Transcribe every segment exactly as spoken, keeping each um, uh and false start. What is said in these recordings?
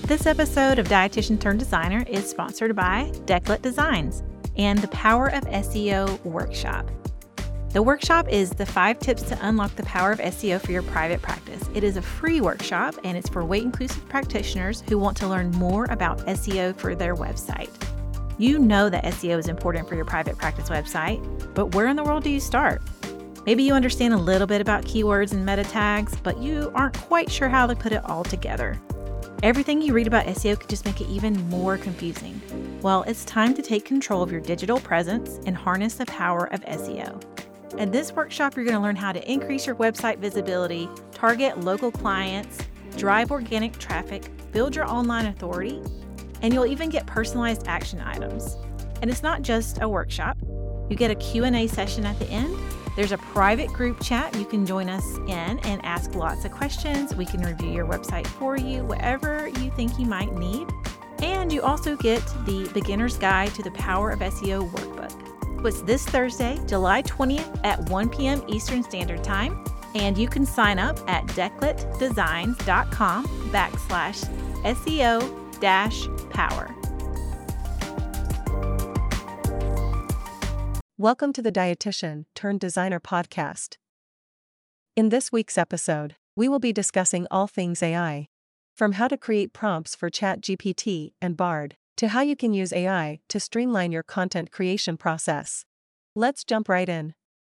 This episode of Dietitian Turned Designer is sponsored by Declet Designs and the Power of S E O workshop. The workshop is the five tips to unlock the power of S E O for your private practice. It is a free workshop and it's for weight-inclusive practitioners who want to learn more about S E O for their website. You know that S E O is important for your private practice website, but where in the world do you start? Maybe you understand a little bit about keywords and meta tags, but you aren't quite sure how to put it all together. Everything you read about S E O could just make it even more confusing. Well, it's time to take control of your digital presence and harness the power of S E O. At this workshop, you're going to learn how to increase your website visibility, target local clients, drive organic traffic, build your online authority, and you'll even get personalized action items. And it's not just a workshop. You get a Q and A session at the end. There's a private group chat you can join us in and ask lots of questions. We can review your website for you, whatever you think you might need. And you also get the Beginner's Guide to the Power of S E O workbook. It's this Thursday, July twentieth at one p.m. Eastern Standard Time. And you can sign up at decletdesigns.com backslash SEO dash power. Welcome to the Dietitian Turned Designer podcast. In this week's episode, we will be discussing all things A I. From how to create prompts for ChatGPT and Bard, to how you can use A I to streamline your content creation process. Let's jump right in.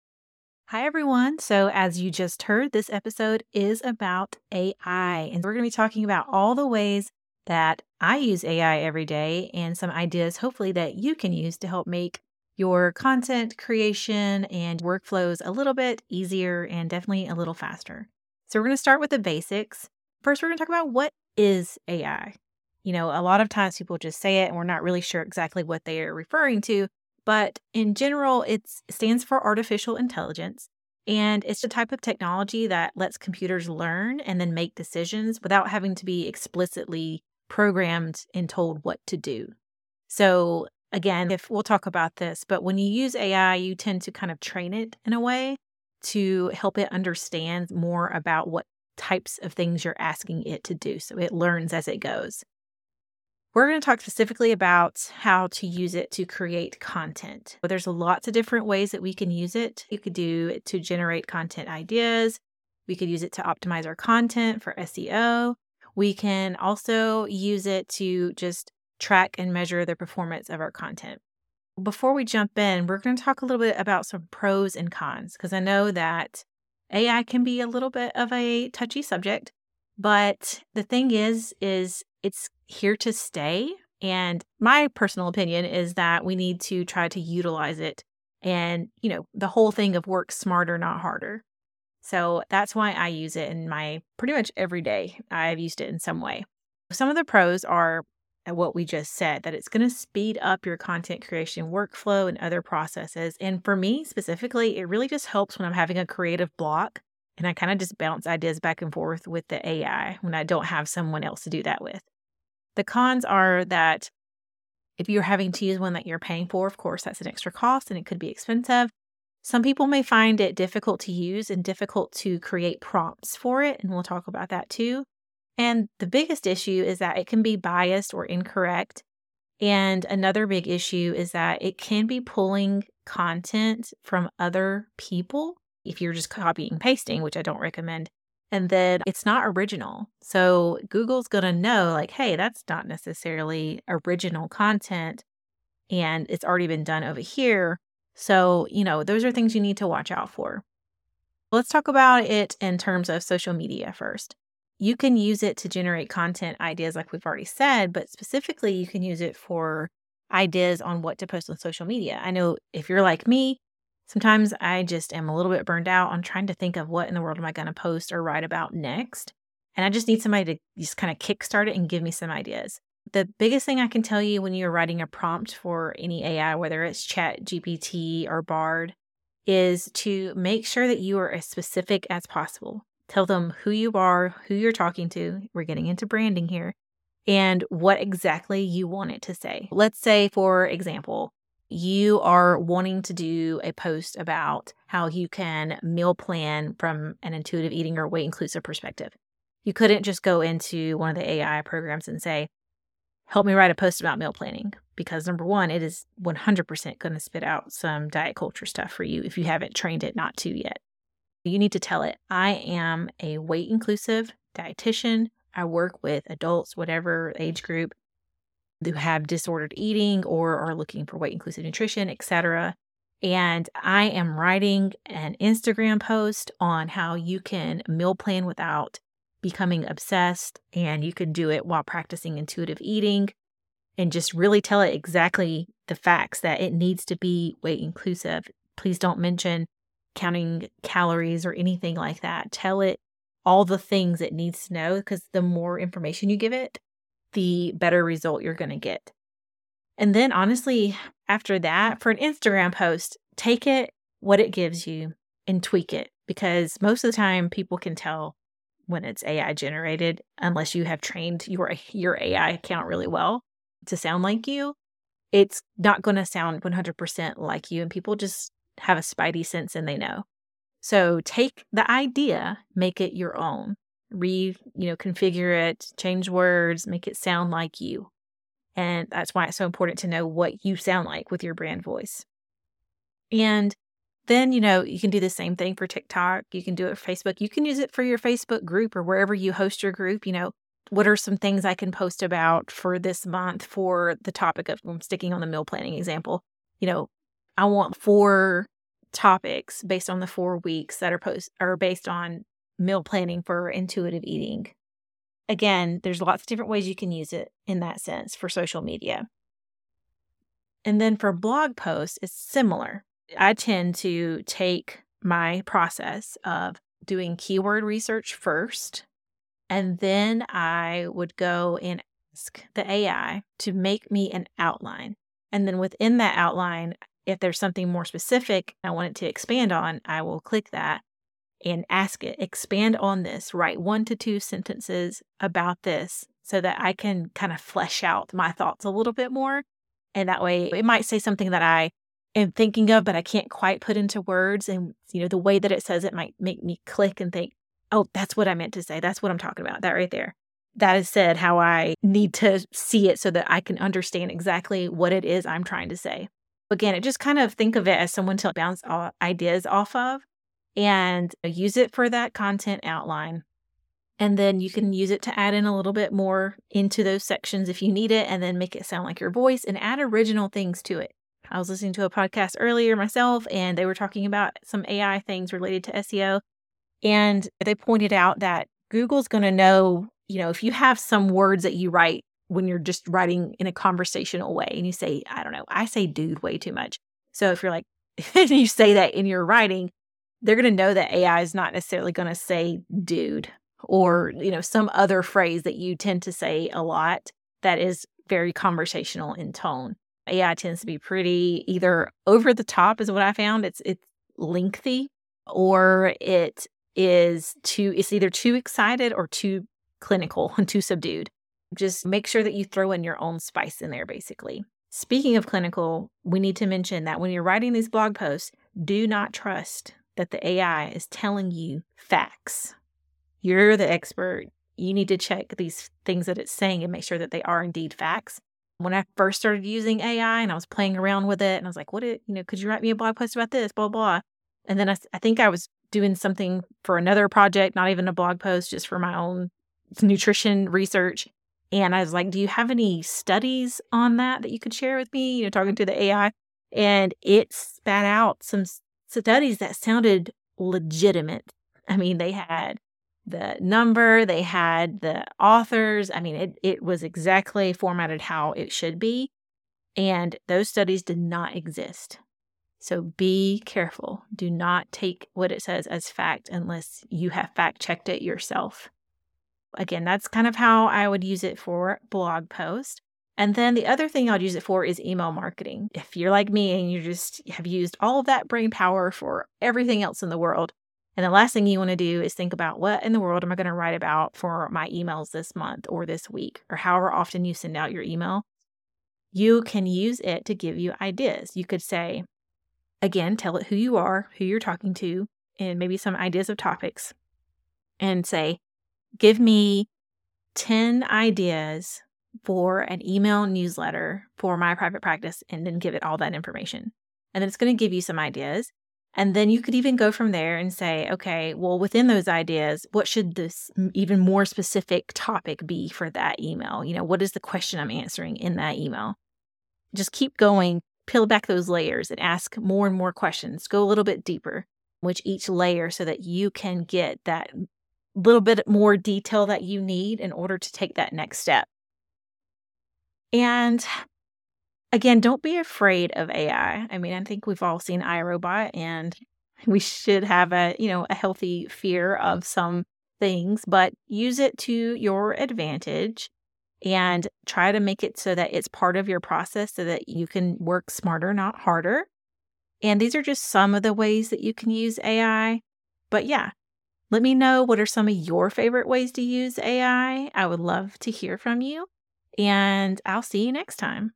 Hi, everyone. So as you just heard, this episode is about A I, and we're going to be talking about all the ways that I use A I every day and some ideas, hopefully, that you can use to help make your content creation and workflows a little bit easier and definitely a little faster. So we're going to start with the basics. First, we're going to talk about what is A I. You know, a lot of times people just say it and we're not really sure exactly what they are referring to, but in general, it stands for artificial intelligence. And it's the type of technology that lets computers learn and then make decisions without having to be explicitly programmed and told what to do. So again, if we'll talk about this, but when you use A I, you tend to kind of train it in a way to help it understand more about what types of things you're asking it to do. So it learns as it goes. We're going to talk specifically about how to use it to create content. But there's lots of different ways that we can use it. You could do it to generate content ideas. We could use it to optimize our content for S E O. We can also use it to just track and measure the performance of our content. Before we jump in, we're going to talk a little bit about some pros and cons, because I know that A I can be a little bit of a touchy subject, but the thing is, is it's here to stay. And my personal opinion is that we need to try to utilize it and, you know, the whole thing of work smarter, not harder. So that's why I use it in my pretty much every day. I've used it in some way. Some of the pros are what we just said, that it's going to speed up your content creation workflow and other processes. And for me specifically, it really just helps when I'm having a creative block and I kind of just bounce ideas back and forth with the A I when I don't have someone else to do that with. The cons are that if you're having to use one that you're paying for, of course, that's an extra cost and it could be expensive. Some people may find it difficult to use and difficult to create prompts for it, and we'll talk about that too. And the biggest issue is that it can be biased or incorrect. And another big issue is that it can be pulling content from other people if you're just copying and pasting, which I don't recommend. And then it's not original. So Google's going to know like, hey, that's not necessarily original content and it's already been done over here. So, you know, those are things you need to watch out for. Let's talk about it in terms of social media first. You can use it to generate content ideas like we've already said, but specifically you can use it for ideas on what to post on social media. I know if you're like me, sometimes I just am a little bit burned out on trying to think of what in the world am I going to post or write about next. And I just need somebody to just kind of kickstart it and give me some ideas. The biggest thing I can tell you when you're writing a prompt for any A I, whether it's ChatGPT or Bard, is to make sure that you are as specific as possible. Tell them who you are, who you're talking to. We're getting into branding here. And what exactly you want it to say. Let's say, for example, you are wanting to do a post about how you can meal plan from an intuitive eating or weight inclusive perspective. You couldn't just go into one of the A I programs and say, help me write a post about meal planning, because number one, it is one hundred percent going to spit out some diet culture stuff for you if you haven't trained it not to yet. You need to tell it, I am a weight inclusive dietitian. I work with adults, whatever age group, who have disordered eating or are looking for weight inclusive nutrition, et cetera. And I am writing an Instagram post on how you can meal plan without becoming obsessed, and you can do it while practicing intuitive eating, and just really tell it exactly the facts that it needs to be weight inclusive. Please don't mention counting calories or anything like that. Tell it all the things it needs to know, because the more information you give it, the better result you're going to get. And then honestly, after that, for an Instagram post, take it, what it gives you, and tweak it, because most of the time people can tell when it's A I generated, unless you have trained your, your A I account really well to sound like you. It's not going to sound one hundred percent like you, and people just have a spidey sense and they know. So take the idea, make it your own, re, you know, configure it, change words, make it sound like you. And that's why it's so important to know what you sound like with your brand voice. And then, you know, you can do the same thing for TikTok. You can do it for Facebook. You can use it for your Facebook group or wherever you host your group. You know, what are some things I can post about for this month for the topic of, I'm sticking on the meal planning example. You know, I want four topics based on the four weeks that are post are based on meal planning for intuitive eating. Again, there's lots of different ways you can use it in that sense for social media. And then for blog posts, it's similar. I tend to take my process of doing keyword research first, and then I would go and ask the A I to make me an outline. And then within that outline, if there's something more specific I want it to expand on, I will click that and ask it, expand on this, write one to two sentences about this so that I can kind of flesh out my thoughts a little bit more. And that way it might say something that I am thinking of, but I can't quite put into words. And, you know, the way that it says it might make me click and think, oh, that's what I meant to say. That's what I'm talking about. That right there. That is said how I need to see it so that I can understand exactly what it is I'm trying to say. Again, it just kind of think of it as someone to bounce ideas off of and use it for that content outline. And then you can use it to add in a little bit more into those sections if you need it, and then make it sound like your voice and add original things to it. I was listening to a podcast earlier myself, and they were talking about some A I things related to S E O. And they pointed out that Google's going to know, you know, if you have some words that you write when you're just writing in a conversational way and you say, I don't know, I say dude way too much. So if you're like, you say that in your writing, they're going to know that A I is not necessarily going to say dude or, you know, some other phrase that you tend to say a lot that is very conversational in tone. A I tends to be pretty either over the top is what I found. It's it's lengthy, or it is too, it's either too excited or too clinical and too subdued. Just make sure that you throw in your own spice in there, basically. Speaking of clinical, we need to mention that when you're writing these blog posts, do not trust that the A I is telling you facts. You're the expert. You need to check these things that it's saying and make sure that they are indeed facts. When I first started using A I and I was playing around with it and I was like, what, it, you know, could you write me a blog post about this, blah, blah. And then I, I think I was doing something for another project, not even a blog post, just for my own nutrition research. And I was like, do you have any studies on that that you could share with me? You know, talking to the A I. And it spat out some studies that sounded legitimate. I mean, they had the number, they had the authors. I mean, it, it was exactly formatted how it should be. And those studies did not exist. So be careful. Do not take what it says as fact unless you have fact checked it yourself. Again, that's kind of how I would use it for blog post. And then the other thing I'd use it for is email marketing. If you're like me and you just have used all of that brain power for everything else in the world, and the last thing you want to do is think about what in the world am I going to write about for my emails this month or this week, or however often you send out your email, you can use it to give you ideas. You could say, again, tell it who you are, who you're talking to, and maybe some ideas of topics, and say, give me ten ideas for an email newsletter for my private practice, and then give it all that information. And then it's going to give you some ideas. And then you could even go from there and say, okay, well, within those ideas, what should this even more specific topic be for that email? You know, what is the question I'm answering in that email? Just keep going, peel back those layers and ask more and more questions. Go a little bit deeper with each layer so that you can get that little bit more detail that you need in order to take that next step. And again, don't be afraid of A I. I mean, I think we've all seen iRobot, and we should have a, you know, a healthy fear of some things, but use it to your advantage and try to make it so that it's part of your process so that you can work smarter, not harder. And these are just some of the ways that you can use A I. But yeah, let me know, what are some of your favorite ways to use A I? I would love to hear from you, and I'll see you next time.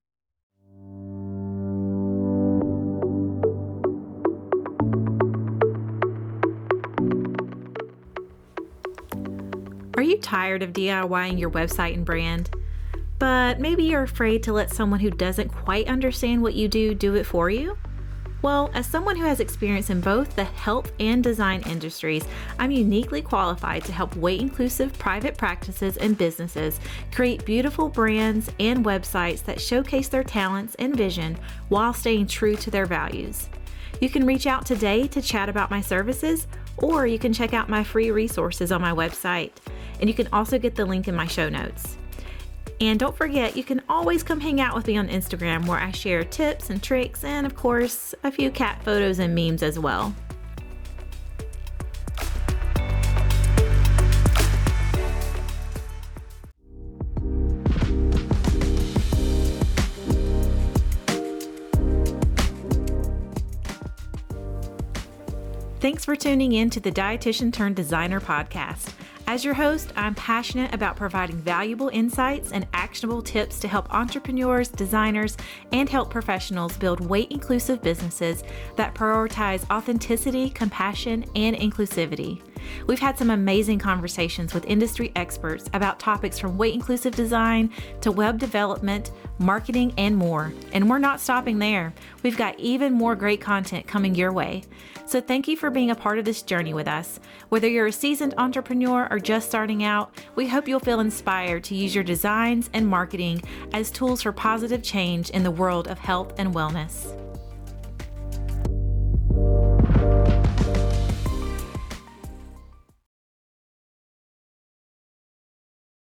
Are you tired of DIYing your website and brand? But maybe you're afraid to let someone who doesn't quite understand what you do do it for you? Well, as someone who has experience in both the health and design industries, I'm uniquely qualified to help weight-inclusive private practices and businesses create beautiful brands and websites that showcase their talents and vision while staying true to their values. You can reach out today to chat about my services, or you can check out my free resources on my website. And you can also get the link in my show notes. And don't forget, you can always come hang out with me on Instagram, where I share tips and tricks and, of course, a few cat photos and memes as well. Thanks for tuning in to the Dietitian Turned Designer podcast. As your host, I'm passionate about providing valuable insights and actionable tips to help entrepreneurs, designers, and health professionals build weight-inclusive businesses that prioritize authenticity, compassion, and inclusivity. We've had some amazing conversations with industry experts about topics from weight-inclusive design to web development, marketing, and more. And we're not stopping there. We've got even more great content coming your way. So thank you for being a part of this journey with us. Whether you're a seasoned entrepreneur or just starting out, we hope you'll feel inspired to use your designs and marketing as tools for positive change in the world of health and wellness.